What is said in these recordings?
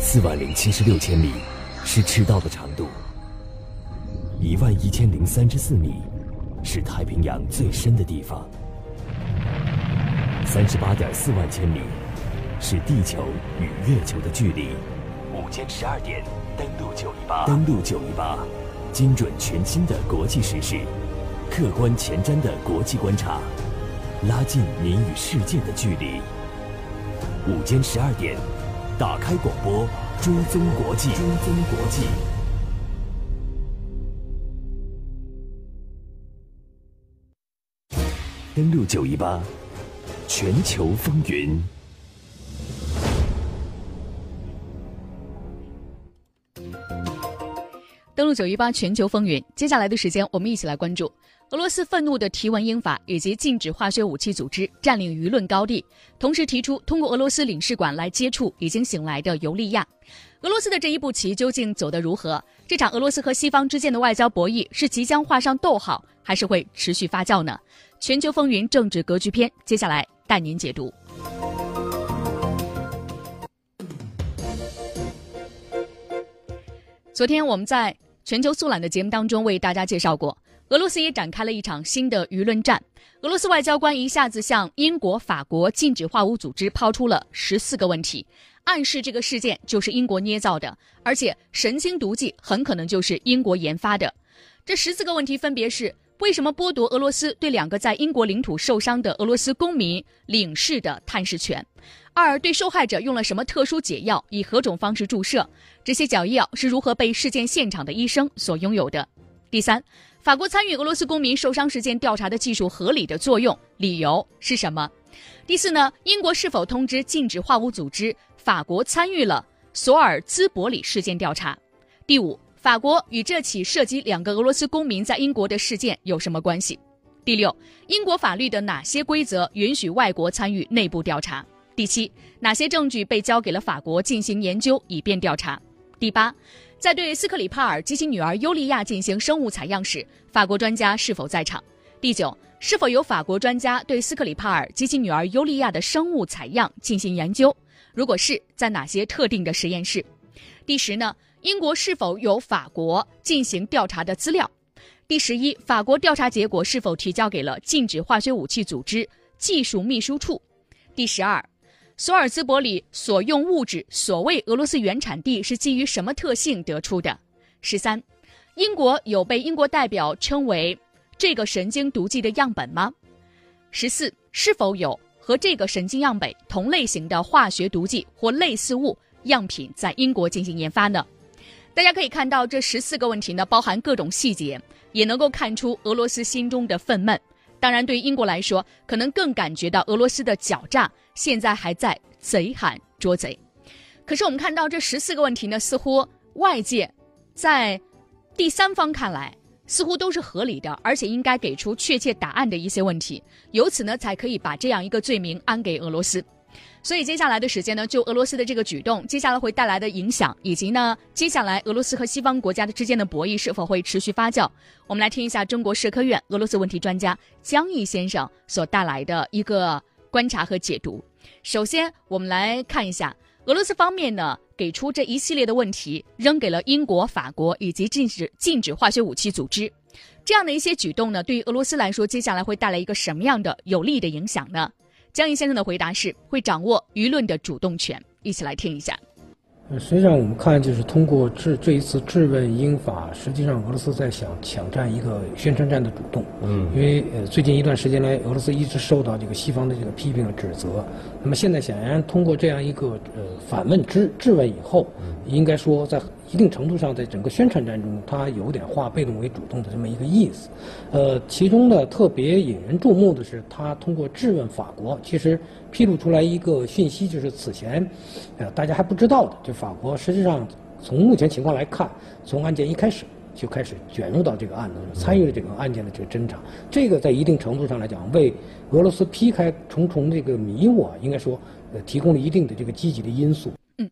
40076千米是赤道的长度，11034米是太平洋最深的地方，38.4万千米是地球与月球的距离。午间12点，登陆918，登陆918，精准全新的国际时事，客观前瞻的国际观察，拉近您与世界的距离。午间12点，打开广播，追踪国际，追踪国际。登陆918，全球风云。 登陆918全球风云，接下来的时间我们一起来关注俄罗斯愤怒的提文英法以及禁止化学武器组织占领舆论高地，同时提出通过俄罗斯领事馆来接触已经醒来的尤利娅。俄罗斯的这一步棋究竟走得如何？这场俄罗斯和西方之间的外交博弈是即将画上逗号，还是会持续发酵呢？全球风云政治格局篇，接下来带您解读。昨天我们在全球速览的节目当中为大家介绍过，俄罗斯也展开了一场新的舆论战。俄罗斯外交官一下子向英国、法国禁止化武组织抛出了14个问题，暗示这个事件就是英国捏造的，而且神经毒剂很可能就是英国研发的。这14个问题分别是：为什么剥夺俄罗斯对2个在英国领土受伤的俄罗斯公民领事的探视权？2、对受害者用了什么特殊解药，以何种方式注射？这些解药是如何被事件现场的医生所拥有的？第3，法国参与俄罗斯公民受伤事件调查的技术合理的作用，理由是什么？第4呢，英国是否通知禁止化武组织法国参与了索尔兹伯里事件调查？第5，法国与这起涉及2个俄罗斯公民在英国的事件有什么关系？第6，英国法律的哪些规则允许外国参与内部调查？第7，哪些证据被交给了法国进行研究以便调查？第8，在对斯克里帕尔及其女儿尤利娅进行生物采样时，法国专家是否在场？第9，是否有法国专家对斯克里帕尔及其女儿尤利娅的生物采样进行研究？如果是，在哪些特定的实验室？第10呢，英国是否有法国进行调查的资料？第11，法国调查结果是否提交给了禁止化学武器组织技术秘书处？第12，索尔兹伯里所用物质所谓俄罗斯原产地是基于什么特性得出的？13，英国有被英国代表称为这个神经毒剂的样本吗？14，是否有和这个神经样本同类型的化学毒剂或类似物样品在英国进行研发呢？大家可以看到这14个问题呢，包含各种细节，也能够看出俄罗斯心中的愤懑。当然对于英国来说，可能更感觉到俄罗斯的狡诈现在还在贼喊捉贼。可是我们看到这14个问题呢，似乎外界在第三方看来似乎都是合理的，而且应该给出确切答案的一些问题，由此呢才可以把这样一个罪名安给俄罗斯。所以接下来的时间呢，就俄罗斯的这个举动接下来会带来的影响，以及呢接下来俄罗斯和西方国家的之间的博弈是否会持续发酵，我们来听一下中国社科院俄罗斯问题专家江毅先生所带来的一个观察和解读。首先我们来看一下俄罗斯方面呢给出这一系列的问题，扔给了英国、法国以及禁止化学武器组织，这样的一些举动呢，对于俄罗斯来说接下来会带来一个什么样的有利的影响呢？江毅先生的回答是会掌握舆论的主动权，一起来听一下。 实际上我们看，就是通过这一次质问英法，实际上俄罗斯在想抢占一个宣传战的主动。因为最近一段时间来，俄罗斯一直受到这个西方的这个批评和指责。那么现在显然通过这样一个反问质问以后，应该说在一定程度上，在整个宣传战中，它有点化被动为主动的这么一个意思。其中呢，特别引人注目的是，它通过质问法国，其实披露出来一个讯息，就是此前大家还不知道的，就法国实际上从目前情况来看，从案件一开始就开始卷入到这个案子，参与了这个案件的这个侦查。这个在一定程度上来讲，为俄罗斯劈开重重这个迷雾应该说提供了一定的这个积极的因素。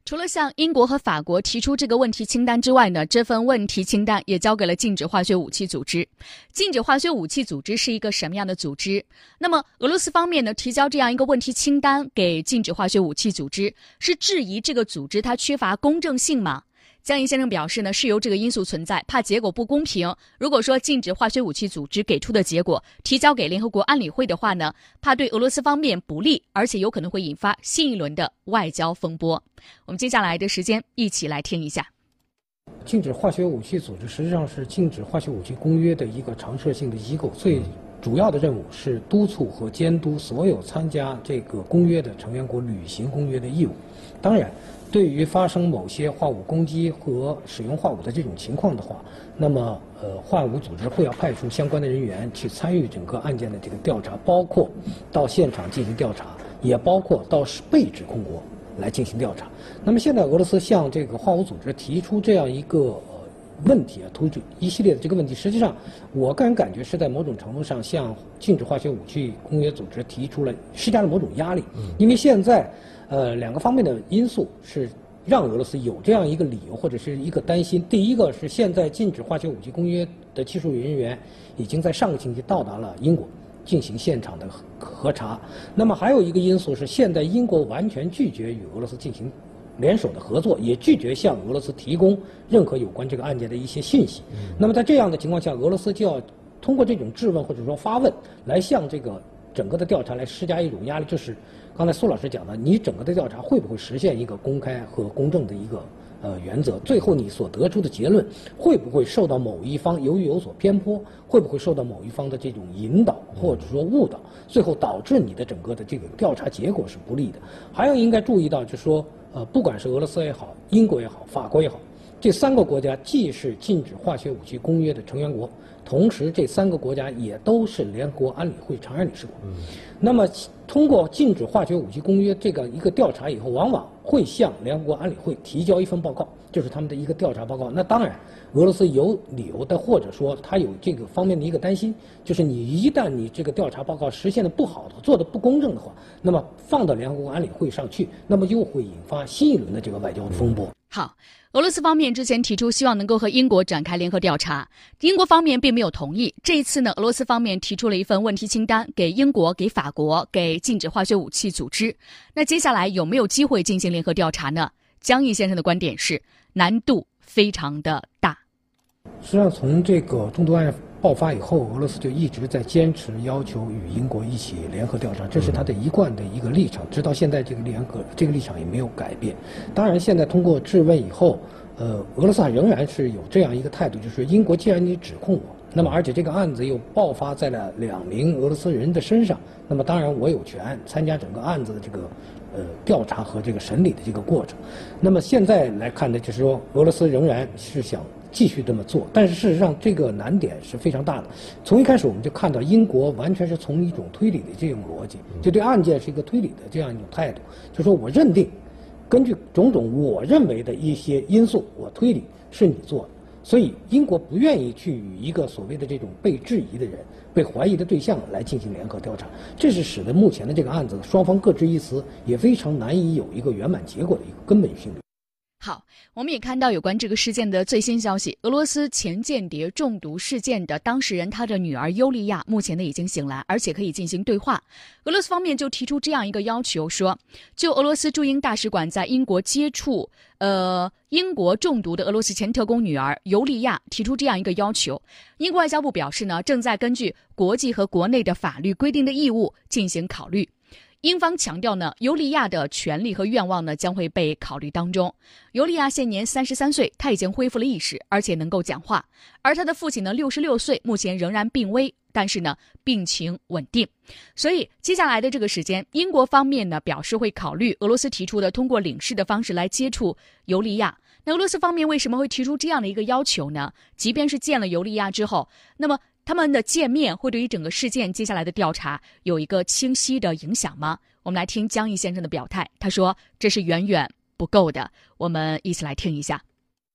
除了向英国和法国提出这个问题清单之外呢，这份问题清单也交给了禁止化学武器组织。禁止化学武器组织是一个什么样的组织？那么俄罗斯方面呢，提交这样一个问题清单给禁止化学武器组织，是质疑这个组织它缺乏公正性吗？江毅先生表示呢，是由这个因素存在，怕结果不公平。如果说禁止化学武器组织给出的结果提交给联合国安理会的话呢，怕对俄罗斯方面不利，而且有可能会引发新一轮的外交风波。我们接下来的时间一起来听一下。 禁止化学武器组织实际上是禁止化学武器公约的一个常设性的机构，最主要的任务是督促和监督所有参加这个公约的成员国履行公约的义务。当然，对于发生某些化武攻击和使用化武的这种情况的话，那么化武组织会要派出相关的人员去参与整个案件的这个调查，包括到现场进行调查，也包括到被指控国来进行调查。那么现在俄罗斯向这个化武组织提出这样一个问题提出一系列的这个问题，实际上我个人感觉是在某种程度上向禁止化学武器公约组织施加了某种压力，因为现在两个方面的因素是让俄罗斯有这样一个理由或者是一个担心。第一个是现在禁止化学武器公约的技术人员已经在上个星期到达了英国进行现场的核查，那么还有一个因素是现在英国完全拒绝与俄罗斯进行联手的合作，也拒绝向俄罗斯提供任何有关这个案件的一些信息。那么在这样的情况下，俄罗斯就要通过这种质问或者说发问来向这个整个的调查来施加一种压力，就是刚才苏老师讲的，你整个的调查会不会实现一个公开和公正的一个原则？最后你所得出的结论会不会受到某一方由于有所偏颇，会不会受到某一方的这种引导或者说误导，最后导致你的整个的这个调查结果是不利的？还有应该注意到，就是说不管是俄罗斯也好，英国也好，法国也好，这三个国家既是禁止化学武器公约的成员国，同时这三个国家也都是联合国安理会常任理事国。那么通过禁止化学武器公约这个一个调查以后，往往会向联合国安理会提交一份报告，就是他们的一个调查报告。那当然俄罗斯有理由的，或者说他有这个方面的一个担心，就是一旦你这个调查报告实现的不好的，做的不公正的话，那么放到联合国安理会上去，那么又会引发新一轮的这个外交风波。 好，俄罗斯方面之前提出希望能够和英国展开联合调查，英国方面并没有同意。这一次呢，俄罗斯方面提出了一份问题清单给英国、给法国、给禁止化学武器组织。那接下来有没有机会进行联合调查呢？江毅先生的观点是难度非常的大。 实际上从这个中毒案爆发以后，俄罗斯就一直在坚持要求与英国一起联合调查，这是他的一贯的一个立场，直到现在这个立场也没有改变。当然现在通过质问以后，俄罗斯仍然是有这样一个态度，就是英国既然你指控我，那么而且这个案子又爆发在了2名俄罗斯人的身上，那么当然我有权参加整个案子的这个调查和这个审理的这个过程。那么现在来看呢，就是说俄罗斯仍然是想继续这么做，但是事实上这个难点是非常大的。从一开始我们就看到英国完全是从一种推理的这种逻辑，就对案件是一个推理的这样一种态度，就说我认定根据种种我认为的一些因素，我推理是你做的，所以英国不愿意去与一个所谓的这种被质疑的人、被怀疑的对象来进行联合调查，这是使得目前的这个案子双方各执一词，也非常难以有一个圆满结果的一个根本性的。 好，我们也看到有关这个事件的最新消息，俄罗斯前间谍中毒事件的当事人，他的女儿尤利娅目前呢已经醒来，而且可以进行对话。俄罗斯方面就提出这样一个要求，说就俄罗斯驻英大使馆在英国接触英国中毒的俄罗斯前特工女儿尤利娅提出这样一个要求。英国外交部表示呢，正在根据国际和国内的法律规定的义务进行考虑。英方强调呢，尤利娅的权利和愿望呢将会被考虑当中。尤利娅现年33岁，她已经恢复了意识，而且能够讲话。而她的父亲呢66岁，目前仍然病危，但是呢病情稳定。所以接下来的这个时间，英国方面呢表示会考虑俄罗斯提出的通过领事的方式来接触尤利娅。那俄罗斯方面为什么会提出这样的一个要求呢？即便是见了尤利娅之后，那么他们的见面会对于整个事件接下来的调查有一个清晰的影响吗？我们来听江毅先生的表态，他说这是远远不够的。我们一起来听一下。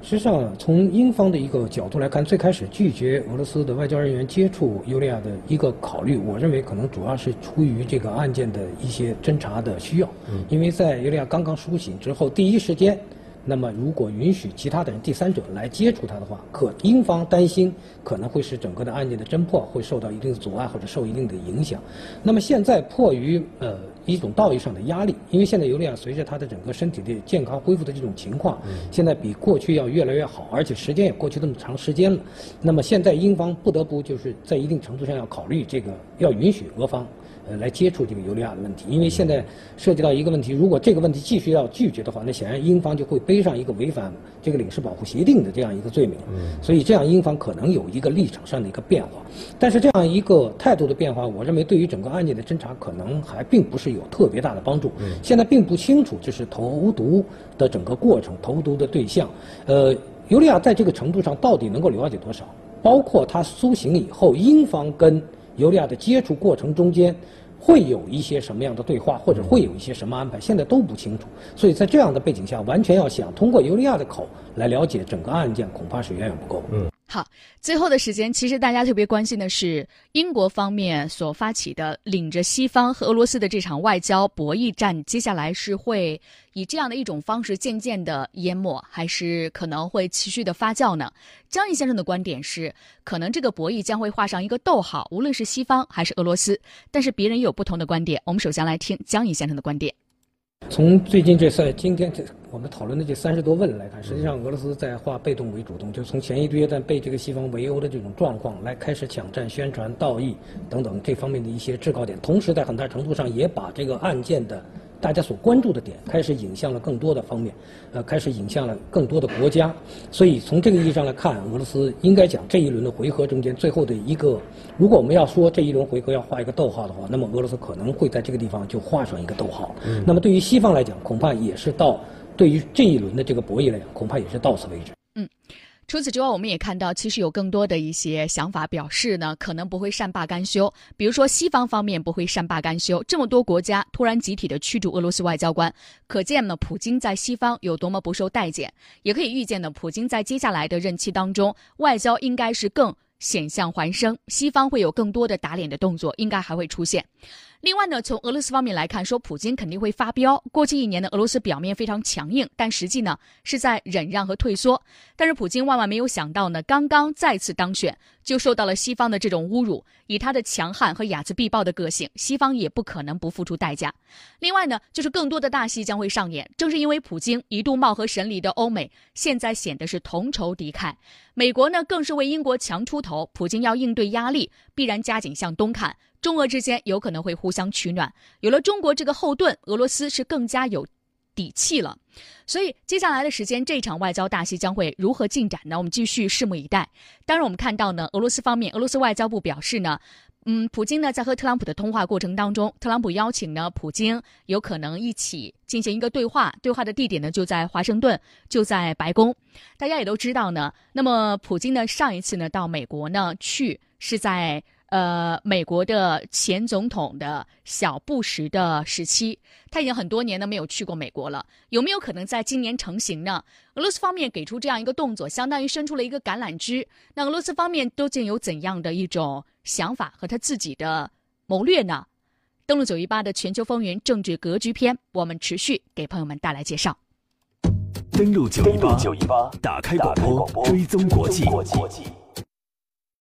实际上，从英方的一个角度来看，最开始拒绝俄罗斯的外交人员接触尤利娅的一个考虑，我认为可能主要是出于这个案件的一些侦查的需要。因为在尤利娅刚刚苏醒之后，第一时间，那么如果允许其他的人、第三者来接触他的话，英方担心可能会使整个的案件的侦破会受到一定的阻碍或者受一定的影响。那么现在迫于一种道义上的压力，因为现在尤利娅随着她的整个身体的健康恢复的这种情况，现在比过去要越来越好，而且时间也过去这么长时间了。那么现在英方不得不就是在一定程度上要考虑这个，要允许俄方来接触这个尤利娅的问题，因为现在涉及到一个问题，如果这个问题继续要拒绝的话，那显然英方就会背上一个违反这个领事保护协定的这样一个罪名，所以这样英方可能有一个立场上的一个变化。但是这样一个态度的变化，我认为对于整个案件的侦查可能还并不是有特别大的帮助。现在并不清楚就是投毒的整个过程，投毒的对象，尤利娅在这个程度上到底能够了解多少？包括她苏醒以后，英方跟尤利娅的接触过程中间会有一些什么样的对话，或者会有一些什么安排，现在都不清楚。所以在这样的背景下，完全要想通过尤利娅的口来了解整个案件，恐怕是远远不够。 好，最后的时间，其实大家特别关心的是英国方面所发起的领着西方和俄罗斯的这场外交博弈战，接下来是会以这样的一种方式渐渐的淹没，还是可能会持续的发酵呢？江毅先生的观点是，可能这个博弈将会画上一个逗号，无论是西方还是俄罗斯，但是别人也有不同的观点。我们首先来听江毅先生的观点。 从最近今天我们讨论的这30多问来看，实际上俄罗斯在化被动为主动，就从前一阶段被这个西方围殴的这种状况来开始抢占、宣传、道义等等这方面的一些制高点，同时在很大程度上也把这个案件的大家所关注的点开始引向了更多的方面，开始引向了更多的国家。所以从这个意义上来看，俄罗斯应该讲这一轮的回合中间最后的一个，如果我们要说这一轮回合要画一个逗号的话，那么俄罗斯可能会在这个地方就画上一个逗号。那么对于西方来讲，恐怕也是对于这一轮的这个博弈来讲，恐怕也是到此为止。 除此之外，我们也看到其实有更多的一些想法表示呢，可能不会善罢甘休。比如说西方方面不会善罢甘休，这么多国家突然集体的驱逐俄罗斯外交官，可见呢普京在西方有多么不受待见，也可以预见呢普京在接下来的任期当中，外交应该是更险象环生，西方会有更多的打脸的动作，应该还会出现。另外呢，从俄罗斯方面来看，说普京肯定会发飙。过去1年呢，俄罗斯表面非常强硬，但实际呢是在忍让和退缩。但是普京万万没有想到呢，刚刚再次当选就受到了西方的这种侮辱。以他的强悍和睚眦必报的个性，西方也不可能不付出代价。另外呢，就是更多的大戏将会上演。正是因为普京一度貌合神离的欧美，现在显得是同仇敌忾。美国呢，更是为英国强出头。普京要应对压力，必然加紧向东看。中俄之间有可能会互相取暖，有了中国这个后盾，俄罗斯是更加有底气了。所以接下来的时间，这场外交大戏将会如何进展呢？我们继续拭目以待。当然我们看到呢，俄罗斯方面，俄罗斯外交部表示呢，普京呢在和特朗普的通话过程当中，特朗普邀请呢普京有可能一起进行一个对话，对话的地点呢就在华盛顿，就在白宫。大家也都知道呢，那么普京呢上一次呢到美国呢去是在美国的前总统的小布什的时期，他已经很多年呢没有去过美国了，有没有可能在今年成行呢？俄罗斯方面给出这样一个动作，相当于伸出了一个橄榄枝。那俄罗斯方面究竟有怎样的一种想法和他自己的谋略呢？登陆918的全球风云政治格局篇，我们持续给朋友们带来介绍。 登陆918，打开广播，追踪国际。